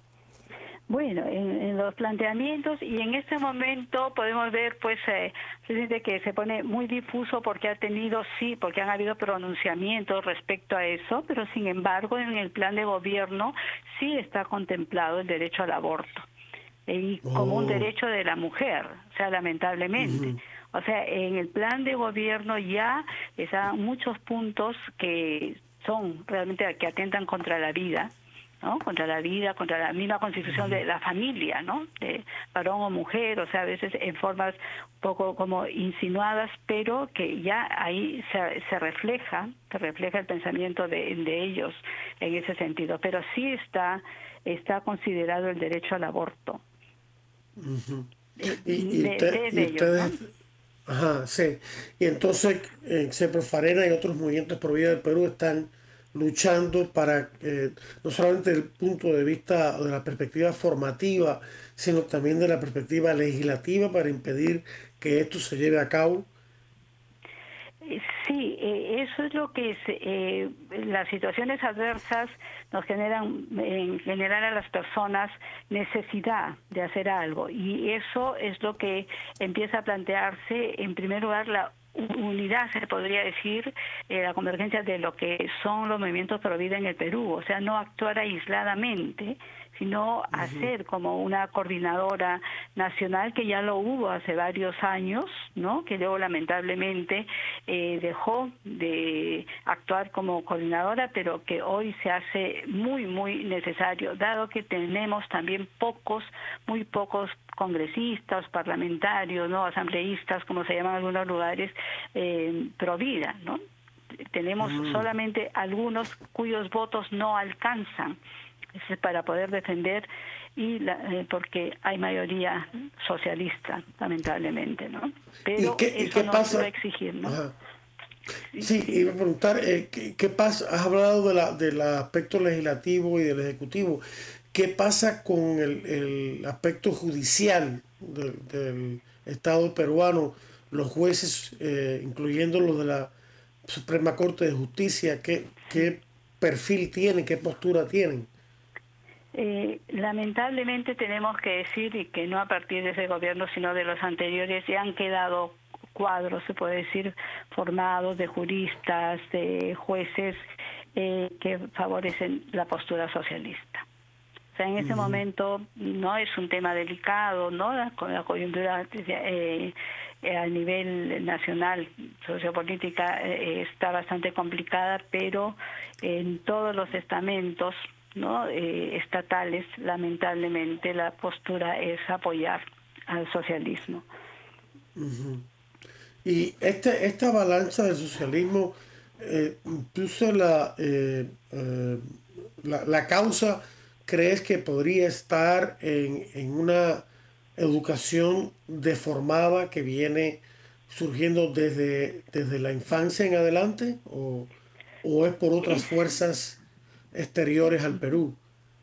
Bueno, en, en los planteamientos, y en este momento podemos ver pues eh, que se pone muy difuso porque ha tenido, sí, porque han habido pronunciamientos respecto a eso, pero sin embargo en el plan de gobierno sí está contemplado el derecho al aborto, y oh. como un derecho de la mujer, o sea, lamentablemente. Uh-huh. O sea, en el plan de gobierno ya están muchos puntos que son realmente que atentan contra la vida, ¿no? Contra la vida, contra la misma constitución de la familia, ¿no? De varón o mujer, o sea, a veces en formas un poco como insinuadas, pero que ya ahí se, se refleja, se refleja el pensamiento de, de ellos en ese sentido. Pero sí está, está considerado el derecho al aborto. Uh-huh. Eh, Y, y, de, usted, de, y de ellos, ustedes, ¿no? ajá, sí. Y entonces eh, Cepro Farena y otros movimientos pro vida del Perú están luchando para, eh, no solamente desde el punto de vista de la perspectiva formativa, sino también de la perspectiva legislativa para impedir que esto se lleve a cabo. Eh, Sí, eh, eso es lo que es, eh, las situaciones adversas nos generan en general a las personas necesidad de hacer algo, y eso es lo que empieza a plantearse en primer lugar la unidad, se podría decir, eh, la convergencia de lo que son los movimientos pro vida en el Perú, o sea, no actuar aisladamente, sino uh-huh. hacer como una coordinadora nacional, que ya lo hubo hace varios años, ¿no? Que luego lamentablemente eh, dejó de actuar como coordinadora, pero que hoy se hace muy, muy necesario, dado que tenemos también pocos, muy pocos congresistas, parlamentarios, ¿no? Asambleístas, como se llaman en algunos lugares, eh, pro vida, ¿no? Tenemos uh-huh. solamente algunos cuyos votos no alcanzan para poder defender, y la, eh, porque hay mayoría socialista, lamentablemente, ¿no? Pero ¿Y qué, y eso qué no pasa? se va a exigir, ¿no? Ajá. Sí, Sí, sí. iba a preguntar, eh, ¿qué, qué pasa? Has hablado de la, del aspecto legislativo y del ejecutivo. ¿Qué pasa con el, el aspecto judicial del, del Estado peruano? Los jueces, eh, incluyendo los de la Suprema Corte de Justicia, ¿qué, qué perfil tienen, qué postura tienen? Eh, lamentablemente tenemos que decir, y que no a partir de ese gobierno, sino de los anteriores, ya han quedado cuadros, se puede decir, formados de juristas, de jueces, eh, que favorecen la postura socialista. O sea, en ese uh-huh. momento no es un tema delicado, ¿no? Con la coyuntura eh, eh, a nivel nacional, sociopolítica, eh, está bastante complicada, pero en todos los estamentos, ¿no? eh, estatales, lamentablemente la postura es apoyar al socialismo. Uh-huh. Y este, esta balanza del socialismo, eh, incluso la, eh, eh, la, la causa, ¿crees que podría estar en, en una educación deformada que viene surgiendo desde, desde la infancia en adelante, o, o es por otras fuerzas exteriores al Perú?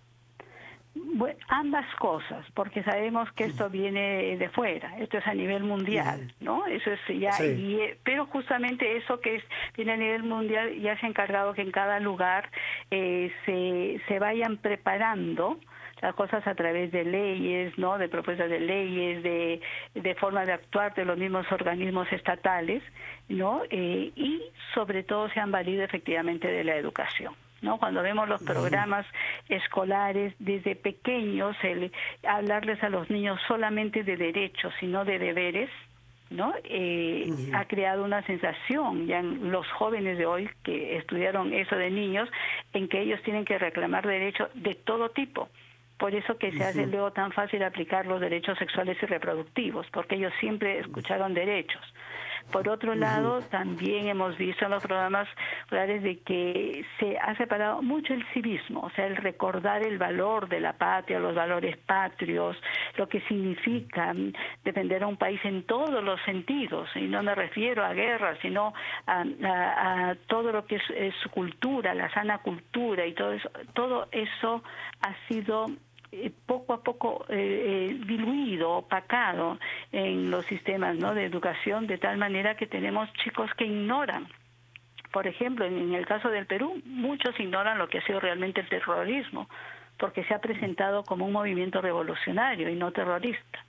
Bueno, ambas cosas, porque sabemos que esto viene de fuera, esto es a nivel mundial, ¿no? Eso es ya, sí. y, pero justamente eso que es, viene a nivel mundial, ya se ha encargado que en cada lugar eh, se, se vayan preparando las cosas a través de leyes, ¿no? De propuestas de leyes, de, de forma de actuar de los mismos organismos estatales, ¿no? Eh, y sobre todo se han valido efectivamente de la educación, ¿no? Cuando vemos los programas escolares desde pequeños, el hablarles a los niños solamente de derechos y no de deberes, ¿no? Eh, uh-huh. Ha creado una sensación ya en los jóvenes de hoy que estudiaron eso de niños, en que ellos tienen que reclamar derechos de todo tipo. Por eso que se uh-huh. hace luego tan fácil aplicar los derechos sexuales y reproductivos, porque ellos siempre escucharon derechos. Por otro lado, uh-huh. también hemos visto en los programas escolares de que se ha separado mucho el civismo, o sea, el recordar el valor de la patria, los valores patrios, lo que significa defender a un país en todos los sentidos, y no me refiero a guerra, sino a, a, a todo lo que es, es su cultura, la sana cultura, y todo eso, todo eso ha sido poco a poco eh, eh, diluido, opacado en los sistemas, ¿no? de educación, de tal manera que tenemos chicos que ignoran. Por ejemplo, en, en el caso del Perú, muchos ignoran lo que ha sido realmente el terrorismo, porque se ha presentado como un movimiento revolucionario y no terrorista,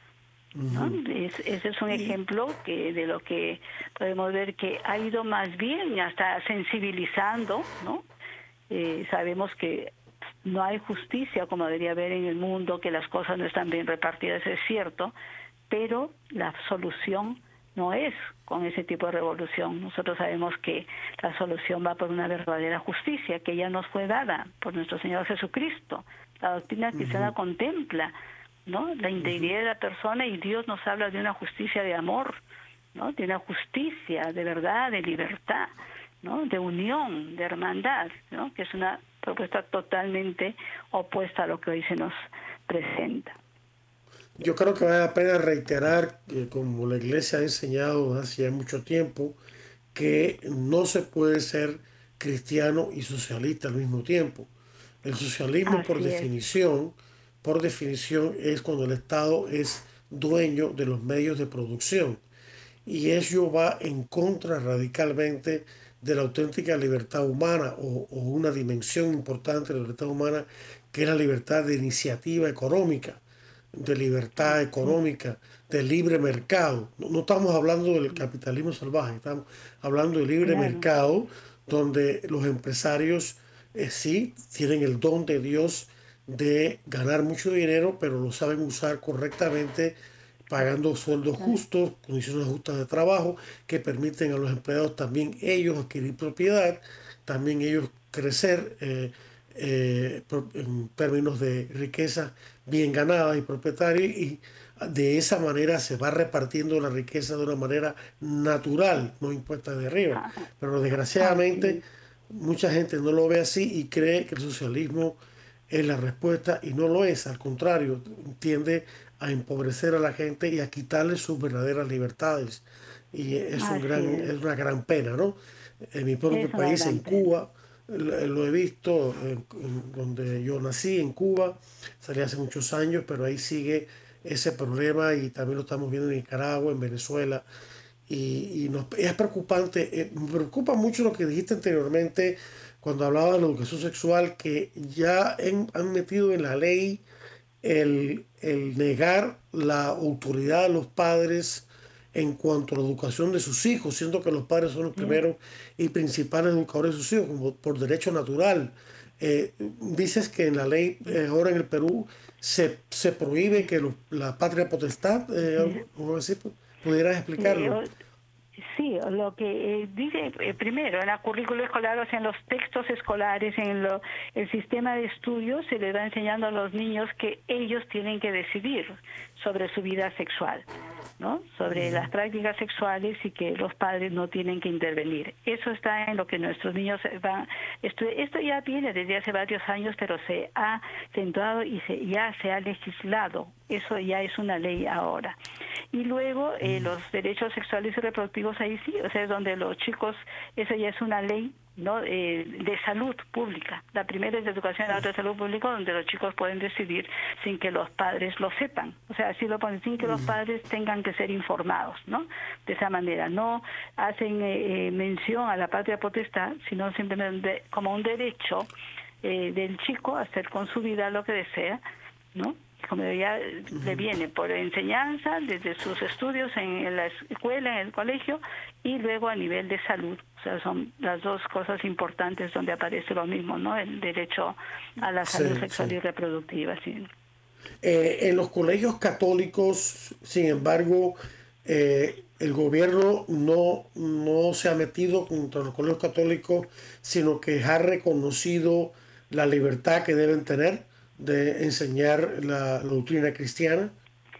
¿no? Uh-huh. Es, ese es un ejemplo que de lo que podemos ver que ha ido más bien hasta sensibilizando, ¿no? Eh, sabemos que no hay justicia como debería haber en el mundo, que las cosas no están bien repartidas, es cierto, pero la solución no es con ese tipo de revolución. Nosotros sabemos que la solución va por una verdadera justicia que ya nos fue dada por nuestro Señor Jesucristo. La doctrina cristiana uh-huh. contempla, ¿no? la integridad uh-huh. de la persona, y Dios nos habla de una justicia de amor, ¿no? de una justicia de verdad, de libertad, ¿no? de unión, de hermandad, ¿no? que es una propuesta totalmente opuesta a lo que hoy se nos presenta. yo creo que vale la pena reiterar que como la Iglesia ha enseñado desde hace ya mucho tiempo, que no se puede ser cristiano y socialista al mismo tiempo. El socialismo, Así por es. definición, por definición, es cuando el Estado es dueño de los medios de producción. Y eso va en contra radicalmente de la auténtica libertad humana o, o una dimensión importante de la libertad humana, que es la libertad de iniciativa económica, de libertad económica, de libre mercado. No, no estamos hablando del capitalismo salvaje, estamos hablando de libre Claro. mercado, donde los empresarios eh, sí tienen el don de Dios de ganar mucho dinero, pero lo saben usar correctamente, pagando sueldos justos, condiciones justas de trabajo, que permiten a los empleados también ellos adquirir propiedad, también ellos crecer eh, eh, pro- en términos de riqueza bien ganada y propietaria, y de esa manera se va repartiendo la riqueza de una manera natural, no impuesta de arriba. Pero desgraciadamente mucha gente no lo ve así y cree que el socialismo es la respuesta, y no lo es. Al contrario, tiende a empobrecer a la gente y a quitarle sus verdaderas libertades, y es un Así gran es. es una gran pena, ¿no? En mi propio Es una país, gran en pena. Cuba, lo, lo he visto, en, en donde yo nací, en Cuba, salí hace muchos años, pero ahí sigue ese problema, y también lo estamos viendo en Nicaragua, en Venezuela, y, y nos, es preocupante. Eh, me preocupa mucho lo que dijiste anteriormente cuando hablaba de la educación sexual, que ya en- han metido en la ley el, el negar la autoridad de los padres en cuanto a la educación de sus hijos, siendo que los padres son los primeros y principales educadores de sus hijos, como por derecho natural. Eh, dices que en la ley eh, ahora en el Perú se, se prohíbe que los- la patria potestad, eh, algo- algo así, ¿pudieras Eh, explicarlo? o- Sí, lo que eh, dice eh, primero en la currícula escolar, o sea, en los textos escolares, en lo, el sistema de estudios, se le va enseñando a los niños que ellos tienen que decidir sobre su vida sexual, ¿no? Sobre las prácticas sexuales, y que los padres no tienen que intervenir. Eso está en lo que nuestros niños van. Esto, esto ya viene desde hace varios años, pero se ha acentuado y se, ya se ha legislado. Eso ya es una ley ahora. Y luego eh, los derechos sexuales y reproductivos, ahí sí, o sea, es donde los chicos, eso ya es una ley, ¿no? Eh, de salud pública. La primera es de educación, la otra es salud pública, donde los chicos pueden decidir sin que los padres lo sepan. O sea, así lo ponen, sin que los padres tengan que ser informados, ¿no? De esa manera. No hacen eh, eh, mención a la patria potestad, sino simplemente como un derecho eh, del chico a hacer con su vida lo que desea, ¿no? Como ya le viene por enseñanza, desde sus estudios en la escuela, en el colegio, y luego a nivel de salud. O sea, son las dos cosas importantes donde aparece lo mismo, ¿no? El derecho a la salud Sí, sexual sí. y reproductiva, sí. Eh, en los colegios católicos, sin embargo, eh, el gobierno no, no se ha metido contra los colegios católicos, sino que ha reconocido la libertad que deben tener de enseñar la, la doctrina cristiana.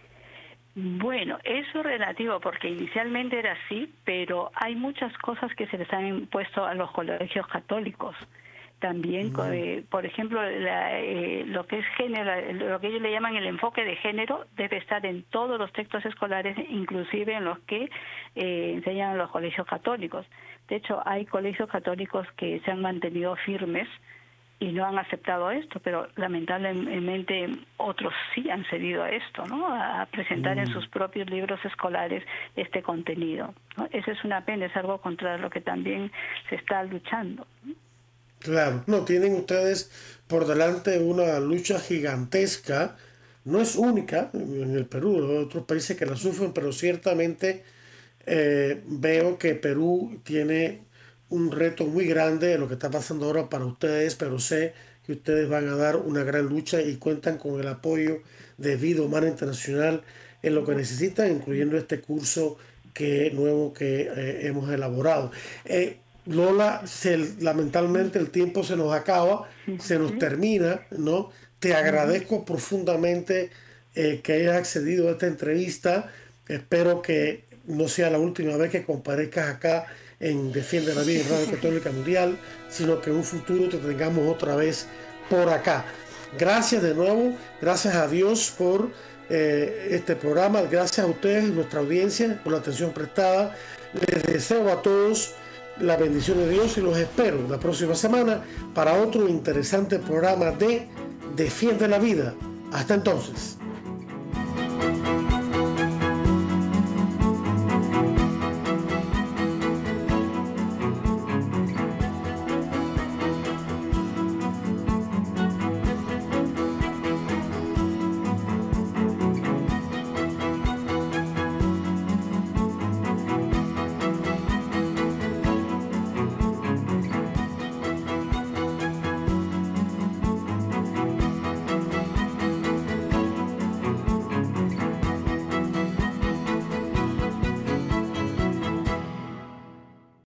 Bueno, eso es relativo, porque inicialmente era así, pero hay muchas cosas que se les han impuesto a los colegios católicos. También, Mm. eh, por ejemplo, la, eh, lo que es género, lo que ellos le llaman el enfoque de género, debe estar en todos los textos escolares, inclusive en los que eh, enseñan en los colegios católicos. De hecho, hay colegios católicos que se han mantenido firmes y no han aceptado esto, pero lamentablemente otros sí han cedido a esto, ¿no? A presentar en sus propios libros escolares este contenido, ¿no? Esa es una pena, es algo contra lo que también se está luchando, ¿no? Claro, no, tienen ustedes por delante una lucha gigantesca. No es única en el Perú, hay otros países que la sufren, pero ciertamente eh, veo que Perú tiene un reto muy grande de lo que está pasando ahora para ustedes, pero sé que ustedes van a dar una gran lucha y cuentan con el apoyo de Vida Humana Internacional en lo que necesitan, incluyendo este curso que, nuevo que eh, hemos elaborado. Eh, Lola, se, lamentablemente el tiempo se nos acaba, se nos termina, ¿no? Te agradezco profundamente eh, que hayas accedido a esta entrevista. Espero que no sea la última vez que comparezcas acá en Defiende la Vida en Radio Católica Mundial, sino que en un futuro te tengamos otra vez por acá. Gracias de nuevo, gracias a Dios por eh, este programa. Gracias a ustedes, nuestra audiencia, por la atención prestada. Les deseo a todos la bendición de Dios y los espero la próxima semana para otro interesante programa de Defiende la Vida. Hasta entonces.